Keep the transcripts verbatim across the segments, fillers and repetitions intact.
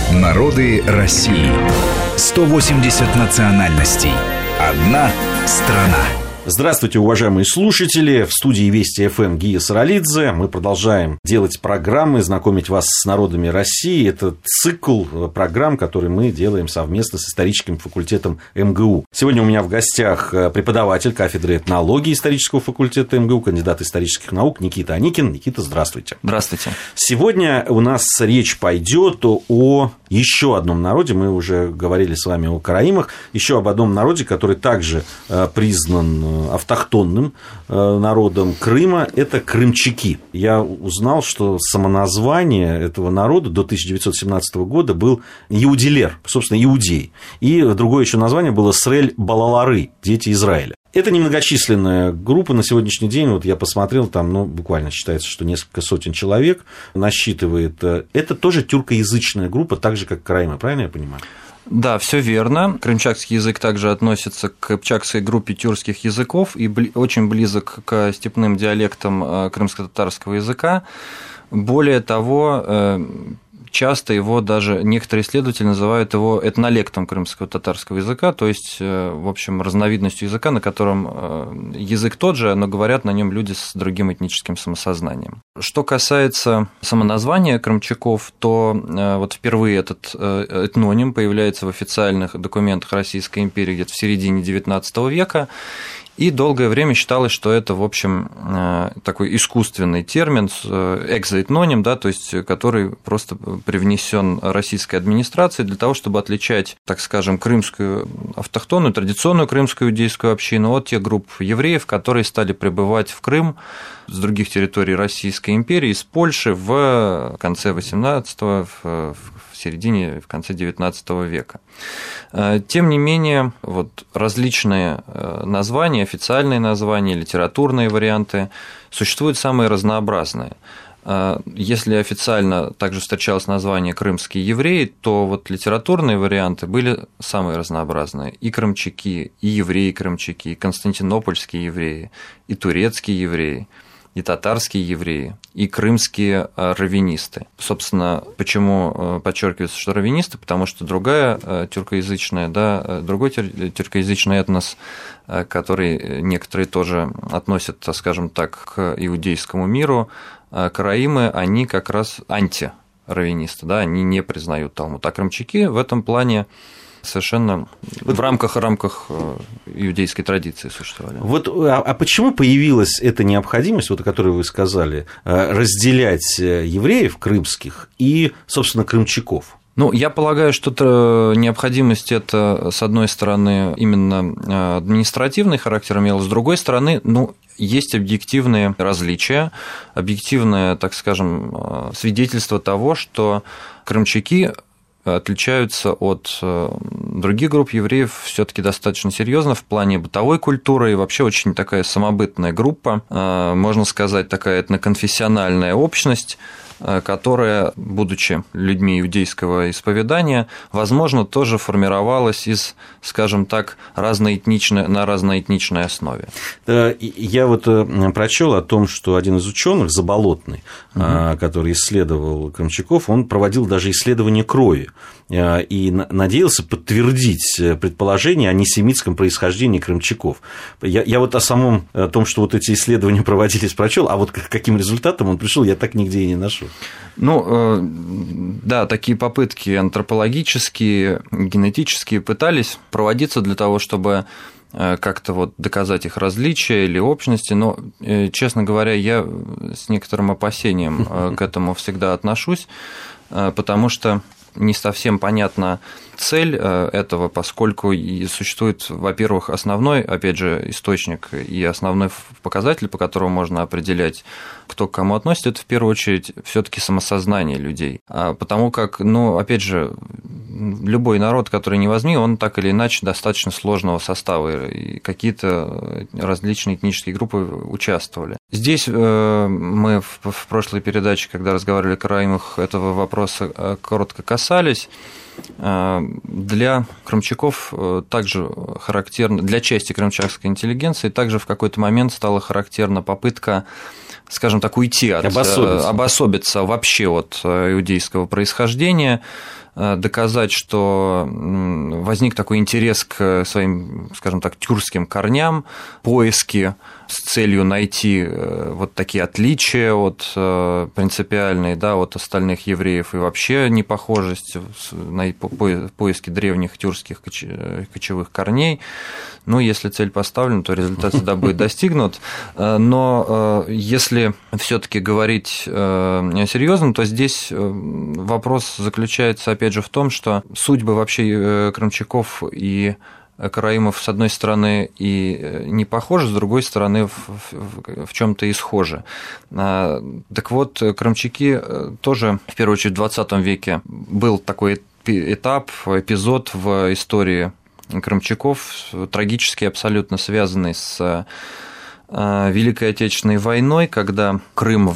Народы России. сто восемьдесят национальностей. Одна страна. Здравствуйте, уважаемые слушатели. В студии Вести ФМ Гия Саралидзе. Мы продолжаем делать программы, знакомить вас с народами России. Это цикл программ, который мы делаем совместно с историческим факультетом эм гэ у. Сегодня у меня в гостях преподаватель кафедры этнологии исторического факультета эм гэ у, кандидат исторических наук Никита Аникин. Никита, здравствуйте. Здравствуйте. Сегодня у нас речь пойдет о еще одном народе. Мы уже говорили с вами о караимах. Еще об одном народе, который также признан автохтонным народом Крыма, это крымчаки. Я узнал, что самоназвание этого народа до тысяча девятьсот семнадцатого года был Иудилер, собственно, иудей. И другое еще название было Срель-Балалары, дети Израиля. Это немногочисленная группа на сегодняшний день, вот я посмотрел, там, ну, буквально считается, что несколько сотен человек насчитывает. Это тоже тюркоязычная группа, так же, как караимы, правильно я понимаю? Да, все верно. Крымчакский язык также относится к кыпчакской группе тюркских языков и бли- очень близок к степным диалектам крымско-татарского языка. Более того, часто его даже некоторые исследователи называют его этнолектом крымского татарского языка, то есть, в общем, разновидностью языка, на котором язык тот же, но говорят на нем люди с другим этническим самосознанием. Что касается самоназвания крымчаков, то вот впервые этот этноним появляется в официальных документах Российской империи где-то в середине девятнадцатого века. И долгое время считалось, что это, в общем, такой искусственный термин, экзоэтноним, да, то есть, который просто привнесен российской администрацией для того, чтобы отличать, так скажем, крымскую автохтонную, традиционную крымскую иудейскую общину от тех групп евреев, которые стали прибывать в Крым с других территорий Российской империи, из Польши в конце восемнадцатого, в в середине, в конце девятнадцатого века. Тем не менее, вот различные названия, официальные названия, литературные варианты существуют самые разнообразные. Если официально также встречалось название «крымские евреи», то вот литературные варианты были самые разнообразные. И крымчаки, и евреи-крымчаки, и константинопольские евреи, и турецкие евреи, и татарские евреи, и крымские раввинисты. Собственно, почему подчеркивается, что раввинисты? Потому что другая тюркоязычная, да, другой тюркоязычный этнос, который некоторые тоже относят, скажем так, к иудейскому миру, караимы, они как раз антираввинисты, да, они не признают Талмуд. А крымчаки в этом плане совершенно вот в рамках, рамках иудейской традиции существовали. Вот, а, а почему появилась эта необходимость, вот, о которой вы сказали, разделять евреев крымских и, собственно, крымчаков? Ну, я полагаю, что необходимость это, с одной стороны, именно административный характер имела, с другой стороны, ну, есть объективные различия, объективное, так скажем, свидетельство того, что крымчаки отличаются от других групп евреев все-таки достаточно серьезно в плане бытовой культуры и вообще очень такая самобытная группа, можно сказать, такая этноконфессиональная общность, которая, будучи людьми иудейского исповедания, возможно, тоже формировалась из, скажем так, разноэтничной, на разноэтничной основе. Я вот прочел о том, что один из ученых, Заболотный, угу. который исследовал крымчаков, он проводил даже исследование крови и надеялся подтвердить предположение о несемитском происхождении крымчаков. Я, я вот о самом о том, что вот эти исследования проводились, прочел, а вот к каким результатам он пришел, я так нигде и не нашел. Ну, да, такие попытки антропологические, генетические пытались проводиться для того, чтобы как-то вот доказать их различия или общности, но, честно говоря, я с некоторым опасением к этому всегда отношусь, потому что не совсем понятна цель этого, поскольку и существует, во-первых, основной, опять же, источник и основной показатель, по которому можно определять, кто к кому относится, это в первую очередь все-таки самосознание людей. Потому как, ну, опять же, любой народ, который не возьми, он так или иначе достаточно сложного состава, и какие-то различные этнические группы участвовали. Здесь мы в прошлой передаче, когда разговаривали о караимах, этого вопроса коротко касались. Для крымчаков также характерно, для части крымчакской интеллигенции также в какой-то момент стала характерна попытка, скажем так, уйти от, обособиться, обособиться вообще от иудейского происхождения. доказать, что возник такой интерес к своим, скажем так, тюркским корням, поиски с целью найти вот такие отличия от принципиальной, да, от остальных евреев и вообще непохожесть, поиски древних тюркских кочевых корней. Ну, если цель поставлена, то результат всегда будет достигнут. Но если все-таки говорить серьезно, то здесь вопрос заключается, опять же, в том, что судьбы вообще крымчаков и караимов, с одной стороны, и не похожи, с другой стороны, в, в, в чем-то и схожи. Так вот, крымчаки тоже, в первую очередь, в двадцатом веке был такой этап, эпизод в истории крымчаков, трагически абсолютно связанный с Великой Отечественной войной, когда Крым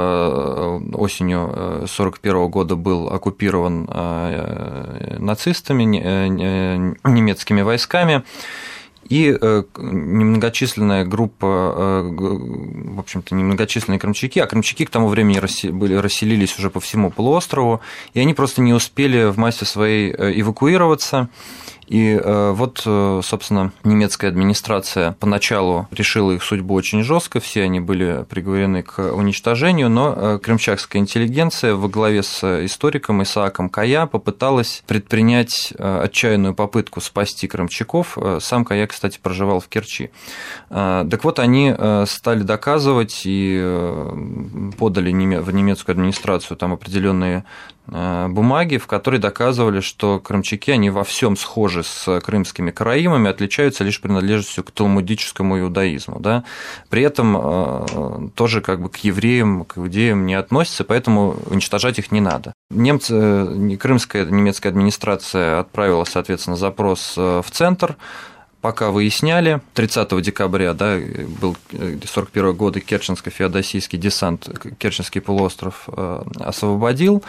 осенью сорок первого года был оккупирован нацистами, немецкими войсками, и немногочисленная группа, в общем-то, немногочисленные крымчаки, а крымчаки к тому времени расселились уже по всему полуострову, и они просто не успели в массе своей эвакуироваться. И вот, собственно, немецкая администрация поначалу решила их судьбу очень жестко, все они были приговорены к уничтожению, но крымчакская интеллигенция во главе с историком Исааком Кая попыталась предпринять отчаянную попытку спасти крымчаков. Сам Кая, кстати, проживал в Керчи. Так вот, они стали доказывать и подали в немецкую администрацию там определенные бумаги, в которой доказывали, что крымчаки, они во всем схожи с крымскими караимами, отличаются лишь принадлежностью к талмудическому иудаизму. Да? При этом тоже как бы к евреям, к иудеям не относятся, поэтому уничтожать их не надо. Немцы, крымская немецкая администрация отправила, соответственно, запрос в центр. Пока выясняли, тридцатого декабря, да, был сорок первого года Керченско-феодосийский десант, Керченский полуостров освободил,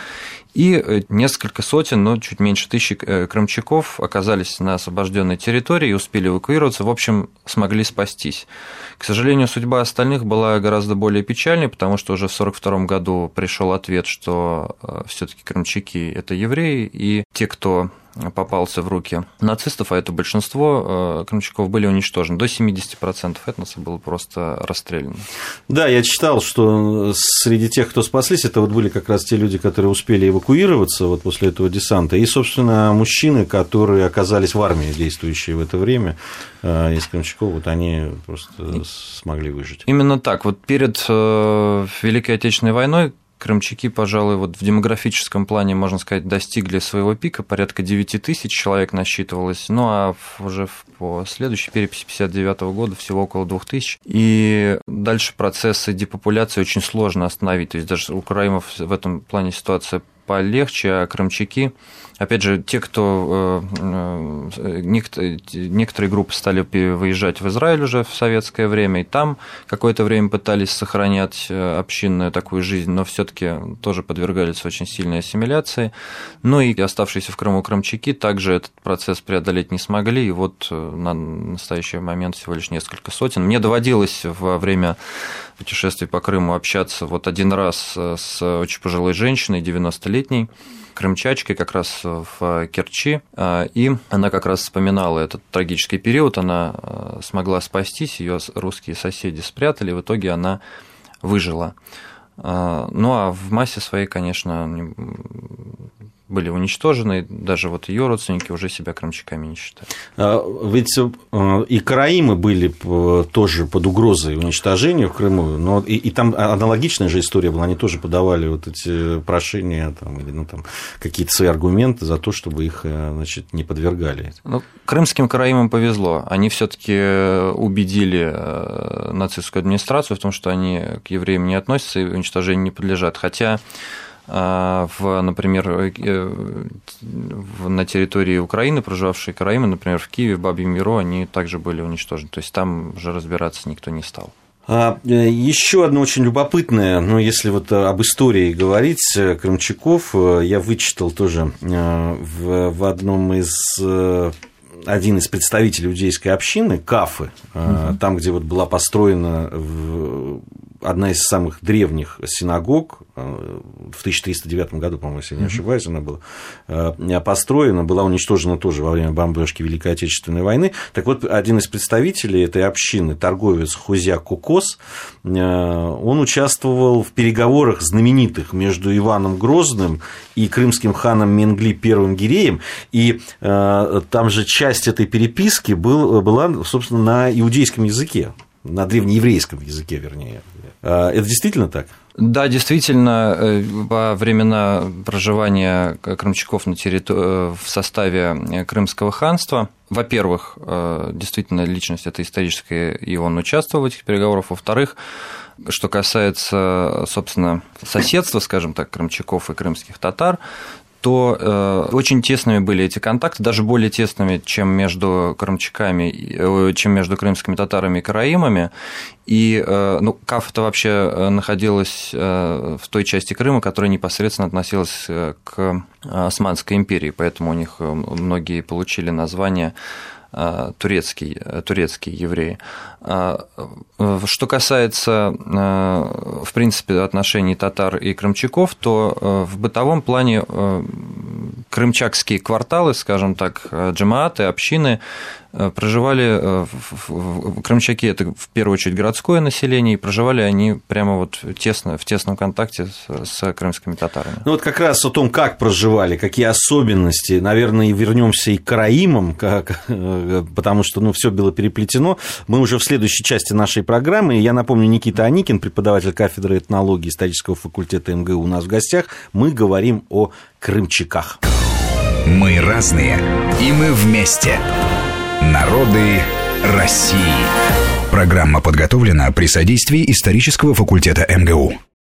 и несколько сотен, но чуть меньше тысячи крымчаков оказались на освобожденной территории и успели эвакуироваться, в общем, смогли спастись. К сожалению, судьба остальных была гораздо более печальной, потому что уже в сорок втором году пришел ответ, что все-таки крымчаки – это евреи, и те, кто попался в руки нацистов, а это большинство крымчаков, были уничтожены. До семьдесят процентов этноса было просто расстреляно. Да, я читал, что среди тех, кто спаслись, это вот были как раз те люди, которые успели эвакуироваться вот после этого десанта, и, собственно, мужчины, которые оказались в армии, действующие в это время, из крымчаков, вот они просто смогли выжить. Именно так. Вот перед Великой Отечественной войной крымчаки, пожалуй, вот в демографическом плане, можно сказать, достигли своего пика, порядка девять тысяч человек насчитывалось, ну а уже по следующей переписи пятьдесят девятого года всего около двух тысяч. И дальше процессы депопуляции очень сложно остановить, то есть даже у караимов в этом плане ситуация полегче, а крымчаки, опять же, те, кто некоторые группы стали выезжать в Израиль уже в советское время, и там какое-то время пытались сохранять общинную такую жизнь, но все-таки тоже подвергались очень сильной ассимиляции. Ну и оставшиеся в Крыму крымчаки также этот процесс преодолеть не смогли, и вот на настоящий момент всего лишь несколько сотен. Мне доводилось во время путешествий по Крыму общаться вот один раз с очень пожилой женщиной, девяностолетней, крымчачкой, как раз в Керчи, и она как раз вспоминала этот трагический период, она смогла спастись, ее русские соседи спрятали, в итоге она выжила. Ну а в массе своей, конечно, были уничтожены, даже вот ее родственники уже себя крымчаками не считают. Ведь и караимы были тоже под угрозой уничтожения в Крыму, но и, и там аналогичная же история была, они тоже подавали вот эти прошения там, или ну, там, какие-то свои аргументы за то, чтобы их, значит, не подвергали. Ну, крымским караимам повезло, они все-таки убедили нацистскую администрацию в том, что они к евреям не относятся и уничтожению не подлежат, хотя в, например, на территории Украины проживавшие караимы, например, в Киеве, в Бабьем Яру, они также были уничтожены. То есть там уже разбираться никто не стал. А, еще одно очень любопытное, ну, если вот об истории говорить, крымчаков, я вычитал тоже в, в одном из... один из представителей иудейской общины, Кафы, угу. там, где вот была построена одна из самых древних синагог, в тысяча триста девятом году, по-моему, если я не ошибаюсь, она была построена, была уничтожена тоже во время бомбежки Великой Отечественной войны. Так вот, один из представителей этой общины, торговец Хузя Кукос, он участвовал в переговорах знаменитых между Иваном Грозным и крымским ханом Менгли Первым Гиреем, и там же часть этой переписки был, была, собственно, на иудейском языке, на древнееврейском языке, вернее. Это действительно так? Да, действительно, во времена проживания крымчаков на территории, в составе Крымского ханства, во-первых, действительно, личность эта историческая, и он участвовал в этих переговорах. Во-вторых, что касается, собственно, соседства, скажем так, крымчаков и крымских татар, то э, очень тесными были эти контакты, даже более тесными, чем между крымчаками, чем между крымскими татарами и караимами. И э, ну, Каф-то вообще находилась э, в той части Крыма, которая непосредственно относилась к Османской империи, поэтому у них многие получили название турецкий, турецкие евреи. Что касается, в принципе, отношений татар и крымчаков, то в бытовом плане крымчакские кварталы, скажем так, джамааты, общины, проживали, крымчаки – это в первую очередь городское население, и проживали они прямо вот тесно, в тесном контакте с, с крымскими татарами. Ну вот как раз о том, как проживали, какие особенности, наверное, вернемся и к караимам, как, потому что ну, все было переплетено. Мы уже в следующей части нашей программы. Я напомню, Никита Аникин, преподаватель кафедры этнологии исторического факультета эм гэ у у нас в гостях. Мы говорим о крымчаках. Мы разные, и мы вместе. Народы России. Программа подготовлена при содействии исторического факультета эм гэ у.